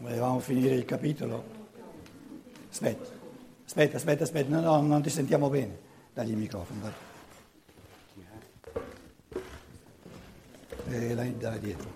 Volevamo finire il capitolo. Aspetta. No, non ti sentiamo bene. Dagli il microfono, dai. Là dietro.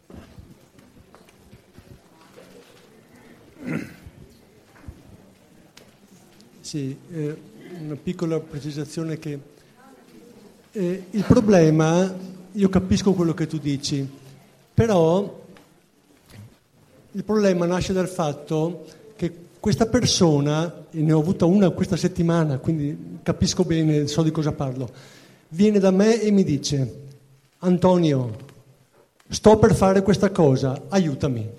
Sì, una piccola precisazione che il problema, io capisco quello che tu dici, però il problema nasce dal fatto che questa persona, e ne ho avuta una questa settimana, quindi capisco bene, so di cosa parlo, viene da me e mi dice: Antonio, sto per fare questa cosa, aiutami.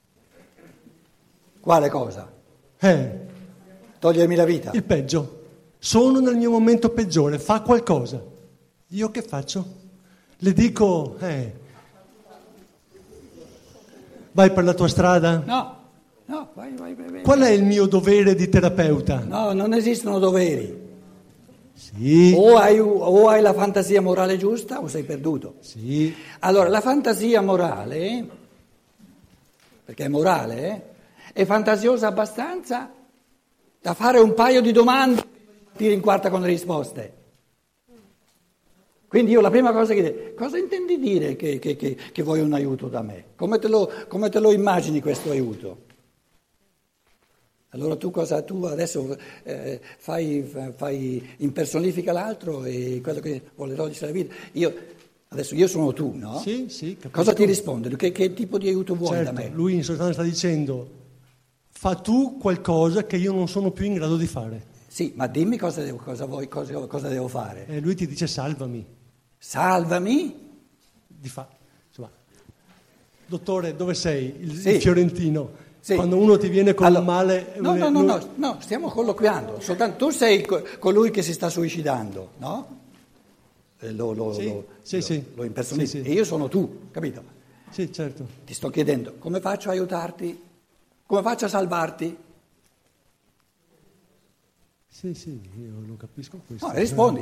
Quale cosa? Togliermi la vita? Il peggio. Sono nel mio momento peggiore, fa qualcosa. Io che faccio? Le dico, vai per la tua strada? No, vai. Qual è il mio dovere di terapeuta? No, non esistono doveri. Sì. O hai la fantasia morale giusta o sei perduto. Sì. Allora, la fantasia morale, perché è morale, è fantasiosa abbastanza da fare un paio di domande e partire in quarta con le risposte. Quindi io la prima cosa che dico, cosa intendi dire che vuoi un aiuto da me? Come te lo immagini questo aiuto? Allora tu adesso impersonifica l'altro e quello che vuole togliersi la vita. Io sono tu, no? Sì, capisco. Cosa ti rispondo? Che tipo di aiuto vuoi certo, da me? Lui in sostanza sta dicendo: fa tu qualcosa che io non sono più in grado di fare. Sì, ma dimmi cosa devo fare. E lui ti dice: salvami. Salvami? Insomma, dottore, dove sei? Il fiorentino. Sì. Quando uno ti viene con un male... No, stiamo colloquiando. Soltanto tu sei colui che si sta suicidando, no? Lo impersonifichi. Sì. E io sono tu, capito? Sì, certo. Ti sto chiedendo, come faccio a aiutarti? Come faccio a salvarti? Sì, io lo capisco questo. No, rispondi,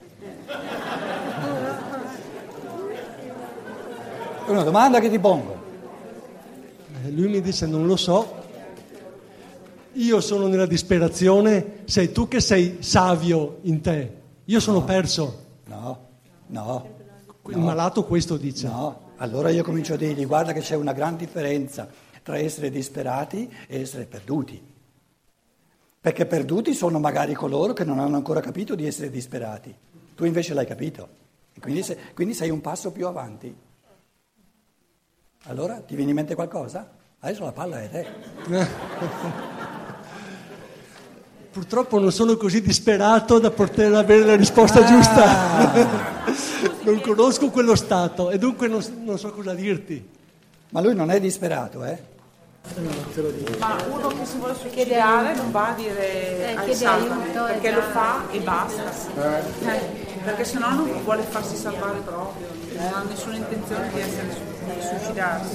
È una domanda che ti pongo. Lui mi dice: non lo so, io sono nella disperazione, sei tu che sei savio in te, io sono perso. No. Il malato questo dice. No, allora io comincio a dirgli: guarda che c'è una gran differenza tra essere disperati e essere perduti. Perché perduti sono magari coloro che non hanno ancora capito di essere disperati. Tu invece l'hai capito. E quindi sei un passo più avanti. Allora, ti viene in mente qualcosa? Adesso la palla è te. Purtroppo non sono così disperato da poter avere la risposta giusta. Non conosco quello stato e dunque non so cosa dirti. Ma lui non è disperato, Ma uno che si vuole suicidare non va a dire salvami, perché lo fa e basta. Perché sennò non vuole farsi salvare proprio, non ha nessuna intenzione di suicidarsi.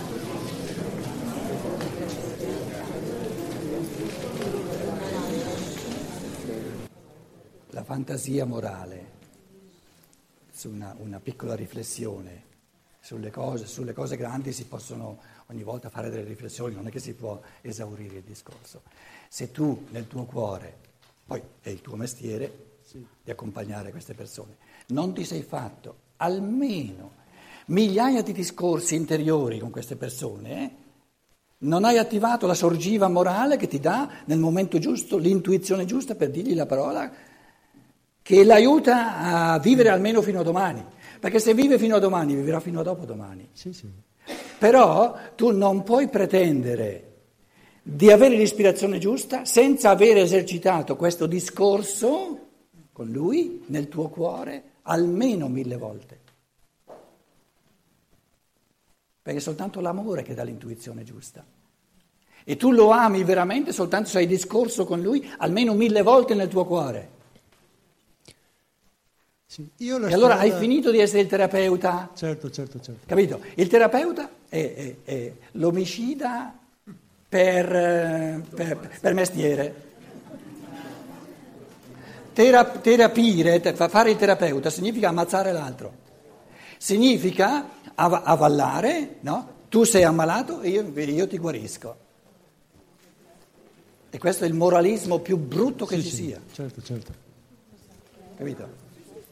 La fantasia morale, su una piccola riflessione sulle cose grandi si possono ogni volta fare delle riflessioni, non è che si può esaurire il discorso. Se tu nel tuo cuore, poi è il tuo mestiere di accompagnare queste persone, non ti sei fatto almeno migliaia di discorsi interiori con queste persone, non hai attivato la sorgiva morale che ti dà nel momento giusto l'intuizione giusta per dirgli la parola che l'aiuta a vivere almeno fino a domani, perché se vive fino a domani vivrà fino a dopodomani. Sì. Però tu non puoi pretendere di avere l'ispirazione giusta senza aver esercitato questo discorso con lui nel tuo cuore almeno 1000 volte. Perché è soltanto l'amore che dà l'intuizione giusta. E tu lo ami veramente soltanto se hai discorso con lui almeno 1000 volte nel tuo cuore. Sì. E allora hai finito di essere il terapeuta? Certo. Capito? Il terapeuta è l'omicida per mestiere. Fare il terapeuta significa ammazzare l'altro, significa avallare, no? Tu sei ammalato e io ti guarisco. E questo è il moralismo più brutto che ci sia. Certo. Capito?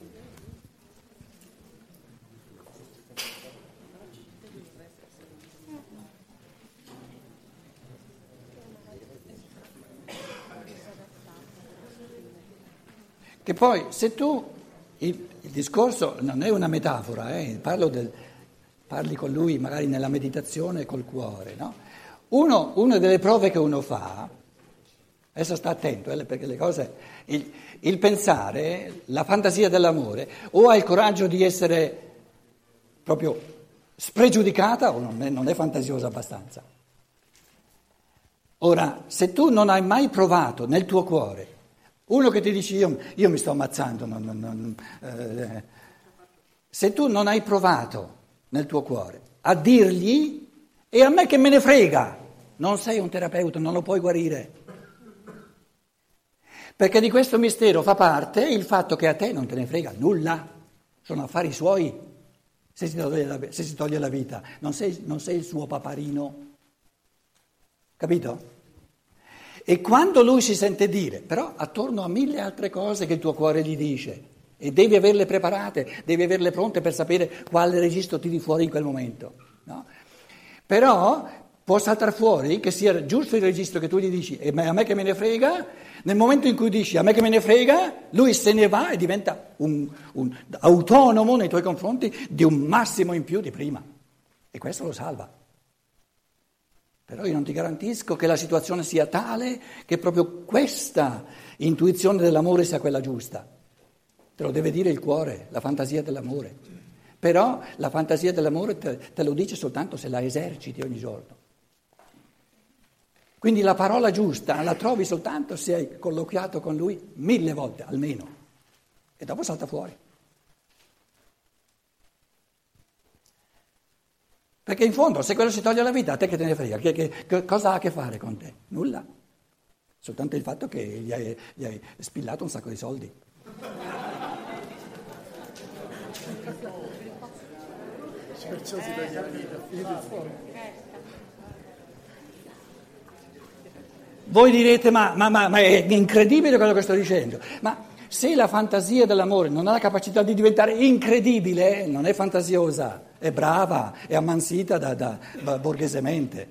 Che poi, se tu, il discorso non è una metafora, parli con lui magari nella meditazione col cuore, no? Una delle prove che uno fa, adesso sta attento, perché le cose, il pensare, la fantasia dell'amore, o hai il coraggio di essere proprio spregiudicata o non è fantasiosa abbastanza. Ora, se tu non hai mai provato nel tuo cuore, uno che ti dice io mi sto ammazzando, se tu non hai provato nel tuo cuore a dirgli e a me che me ne frega, non sei un terapeuta, non lo puoi guarire. Perché di questo mistero fa parte il fatto che a te non te ne frega nulla, sono affari suoi se si toglie la vita, non sei il suo paparino, capito? E quando lui si sente dire, però attorno a 1000 altre cose che il tuo cuore gli dice, e devi averle preparate, devi averle pronte per sapere quale registro tiri fuori in quel momento, no? Però può saltare fuori che sia giusto il registro che tu gli dici, e a me che me ne frega, nel momento in cui dici a me che me ne frega, lui se ne va e diventa un autonomo nei tuoi confronti di un massimo in più di prima, e questo lo salva. Però io non ti garantisco che la situazione sia tale che proprio questa intuizione dell'amore sia quella giusta. Te lo deve dire il cuore, la fantasia dell'amore. Però la fantasia dell'amore te lo dice soltanto se la eserciti ogni giorno. Quindi la parola giusta la trovi soltanto se hai colloquiato con lui 1000 volte almeno. E dopo salta fuori. Perché in fondo, se quello si toglie la vita, a te che te ne frega? Che cosa ha a che fare con te? Nulla. Soltanto il fatto che gli hai spillato un sacco di soldi. Perciò si toglie la vita. Voi direte, ma è incredibile quello che sto dicendo. Ma se la fantasia dell'amore non ha la capacità di diventare incredibile, non è fantasiosa. È brava, è ammansita da borghesemente.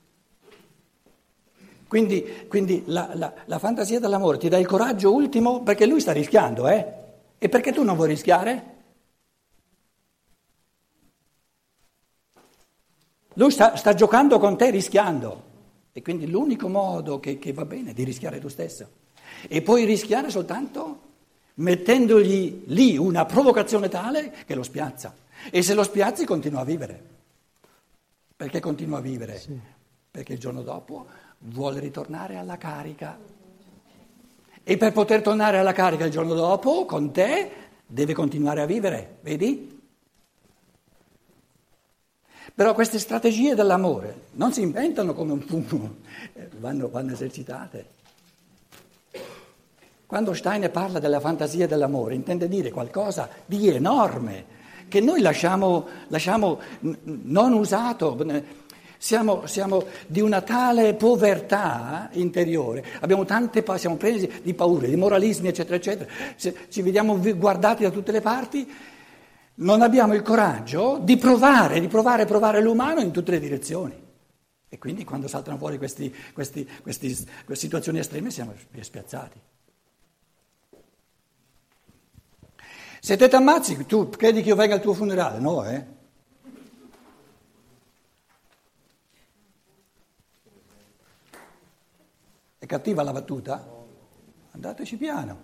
Quindi la fantasia dell'amore ti dà il coraggio ultimo perché lui sta rischiando, E perché tu non vuoi rischiare? Lui sta giocando con te rischiando. E quindi l'unico modo che va bene è di rischiare tu stesso. E puoi rischiare soltanto mettendogli lì una provocazione tale che lo spiazza. E se lo spiazzi continua a vivere. Perché continua a vivere? Sì. Perché il giorno dopo vuole ritornare alla carica. E per poter tornare alla carica il giorno dopo, con te, deve continuare a vivere, vedi? Però queste strategie dell'amore non si inventano come un fumo, vanno esercitate. Quando Steiner parla della fantasia dell'amore, intende dire qualcosa di enorme, che noi lasciamo non usato. Siamo di una tale povertà interiore, siamo presi di paure, di moralismi, eccetera, eccetera. Ci vediamo guardati da tutte le parti, non abbiamo il coraggio di provare l'umano in tutte le direzioni. E quindi quando saltano fuori queste situazioni estreme siamo spiazzati. Se te t'ammazzi, tu credi che io venga al tuo funerale? No, È cattiva la battuta? Andateci piano.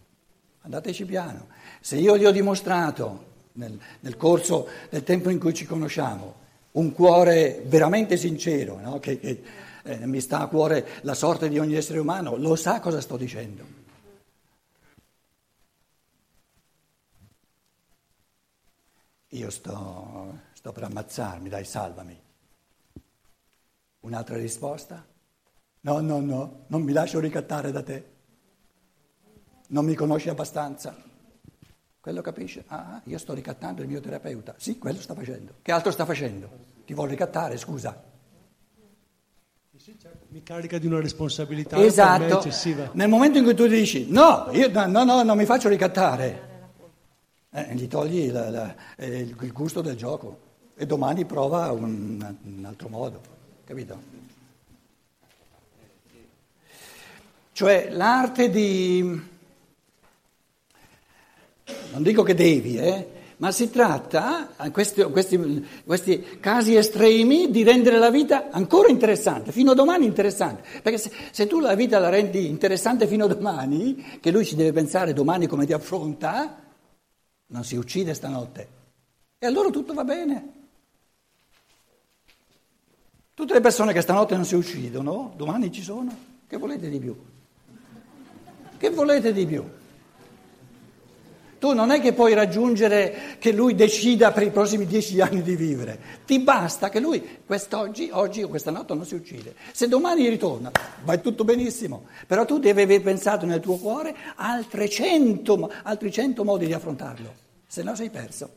Se io gli ho dimostrato nel corso del tempo in cui ci conosciamo un cuore veramente sincero, no? che mi sta a cuore la sorte di ogni essere umano, lo sa cosa sto dicendo. Io sto per ammazzarmi, dai, salvami. Un'altra risposta? No, non mi lascio ricattare da te. Non mi conosci abbastanza. Quello capisce? Io sto ricattando il mio terapeuta. Sì, quello sta facendo. Che altro sta facendo? ti vuole ricattare, scusa. Sì, certo. Mi carica di una responsabilità Esatto. per me eccessiva. Nel momento in cui tu dici no, non mi faccio ricattare, gli togli il gusto del gioco e domani prova un altro modo, capito? Cioè l'arte di, non dico che devi, ma si tratta, questi casi estremi, di rendere la vita ancora interessante, fino a domani interessante. Perché se tu la vita la rendi interessante fino a domani, che lui ci deve pensare domani come ti affronta, non si uccide stanotte. E allora tutto va bene. Tutte le persone che stanotte non si uccidono, domani ci sono. Che volete di più? Che volete di più? Tu non è che puoi raggiungere che lui decida per i prossimi 10 anni di vivere, ti basta che lui oggi o questa notte non si uccide. Se domani ritorna, va tutto benissimo, però tu devi aver pensato nel tuo cuore altri 100 modi di affrontarlo, se no sei perso.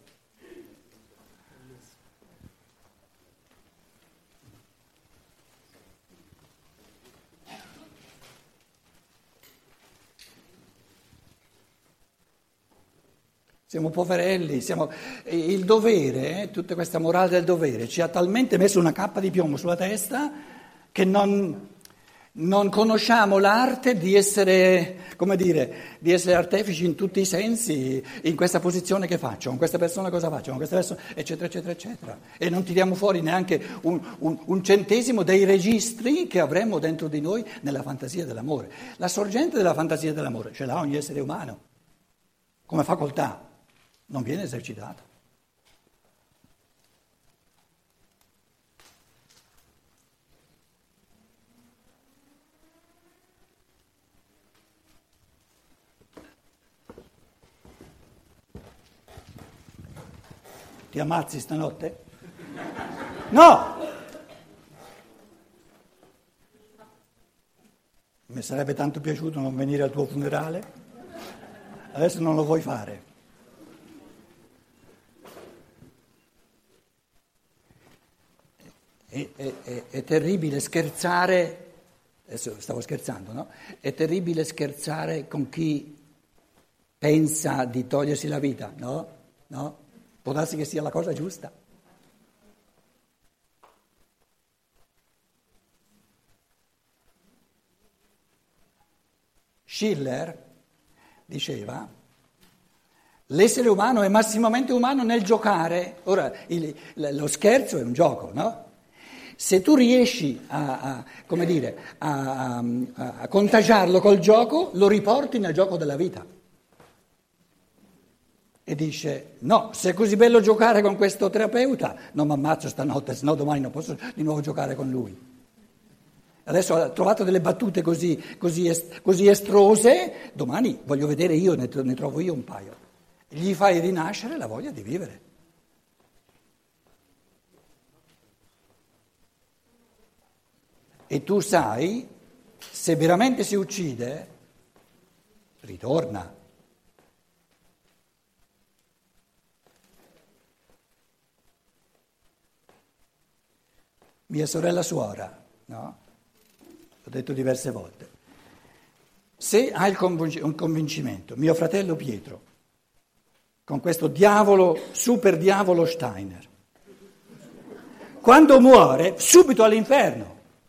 Siamo poverelli, il dovere, tutta questa morale del dovere ci ha talmente messo una cappa di piombo sulla testa che non conosciamo l'arte di essere, di essere artefici in tutti i sensi, in questa posizione che faccio, con questa persona cosa faccio, con questa persona, eccetera, eccetera, eccetera. E non tiriamo fuori neanche un centesimo dei registri che avremmo dentro di noi nella fantasia dell'amore. La sorgente della fantasia dell'amore ce l'ha ogni essere umano, come facoltà. Non viene esercitato. Ti ammazzi stanotte? No! Mi sarebbe tanto piaciuto non venire al tuo funerale, adesso non lo vuoi fare. È terribile scherzare, adesso stavo scherzando, no? È terribile scherzare con chi pensa di togliersi la vita, no? No? Può darsi che sia la cosa giusta. Schiller diceva: l'essere umano è massimamente umano nel giocare. Ora, lo scherzo è un gioco, no? Se tu riesci a contagiarlo col gioco, lo riporti nel gioco della vita. E dice: no, se è così bello giocare con questo terapeuta, non mi ammazzo stanotte, sennò domani non posso di nuovo giocare con lui. Adesso ha trovato delle battute così estrose, domani voglio vedere io, ne trovo io un paio. Gli fai rinascere la voglia di vivere. E tu sai, se veramente si uccide, ritorna. Mia sorella suora, no? L'ho detto diverse volte. Se hai un convincimento, mio fratello Pietro, con questo diavolo, super diavolo Steiner, quando muore, subito all'inferno.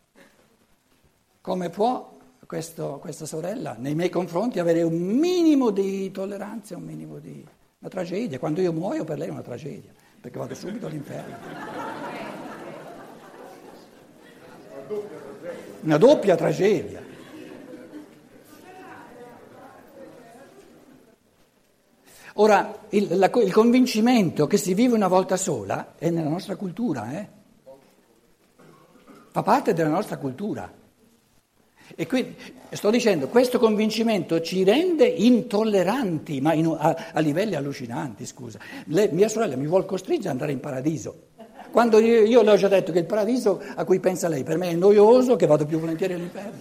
Come può questa sorella nei miei confronti avere un minimo di tolleranza, un minimo di una tragedia? Quando io muoio per lei è una tragedia, perché vado subito all'inferno. Una doppia tragedia. Ora, il convincimento che si vive una volta sola è nella nostra cultura, fa parte della nostra cultura. E quindi sto dicendo, questo convincimento ci rende intolleranti, ma a livelli allucinanti, scusa. Mia sorella mi vuole costringere ad andare in paradiso. Quando io le ho già detto che il paradiso a cui pensa lei per me è noioso, che vado più volentieri all'inferno.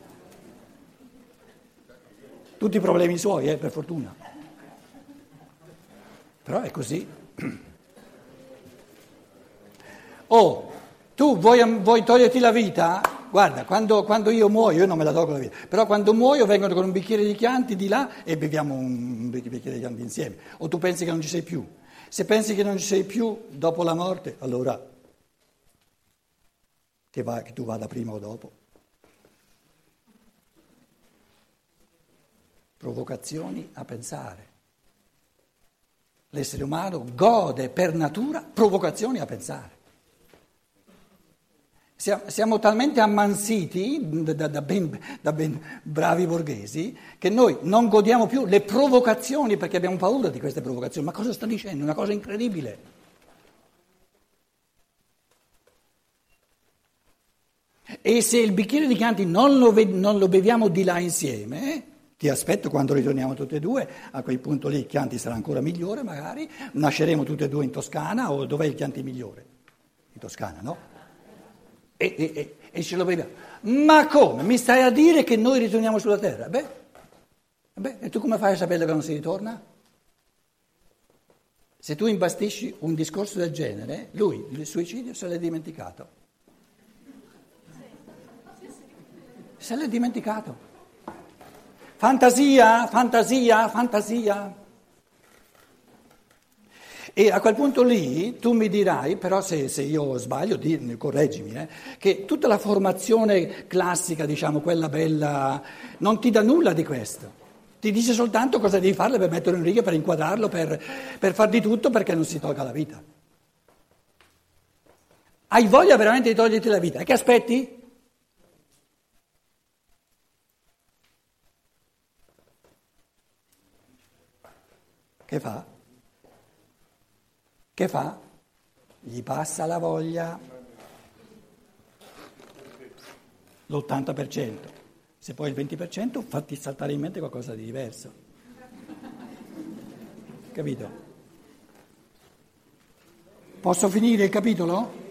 Tutti i problemi suoi, per fortuna. Però è così. Oh, tu vuoi toglierti la vita? Guarda, quando io muoio, io non me la tolgo la vita, però quando muoio vengono con un bicchiere di Chianti di là e beviamo un bicchiere di Chianti insieme. O tu pensi che non ci sei più? Se pensi che non ci sei più dopo la morte, allora che tu vada prima o dopo. Provocazioni a pensare. L'essere umano gode per natura provocazioni a pensare. Siamo talmente ammansiti da ben bravi borghesi che noi non godiamo più le provocazioni perché abbiamo paura di queste provocazioni. Ma cosa sta dicendo? Una cosa incredibile. E se il bicchiere di Chianti non lo beviamo di là insieme, ti aspetto quando ritorniamo tutti e due, a quel punto lì il Chianti sarà ancora migliore magari, nasceremo tutti e due in Toscana, o dov'è il Chianti migliore? In Toscana, no? E ce lo beviamo. Ma come? Mi stai a dire che noi ritorniamo sulla terra? Beh, e tu come fai a sapere che non si ritorna? Se tu imbastisci un discorso del genere, lui il suicidio se l'è dimenticato. Se l'è dimenticato. Fantasia, fantasia, fantasia. E a quel punto lì tu mi dirai, però se io sbaglio, correggimi, che tutta la formazione classica, diciamo, quella bella, non ti dà nulla di questo. Ti dice soltanto cosa devi fare per metterlo in riga, per inquadrarlo, per far di tutto perché non si tolga la vita. Hai voglia veramente di toglierti la vita? E che aspetti? Che fa? Che fa? Gli passa la voglia, l'80%, se poi il 20% fatti saltare in mente qualcosa di diverso. Capito? Posso finire il capitolo?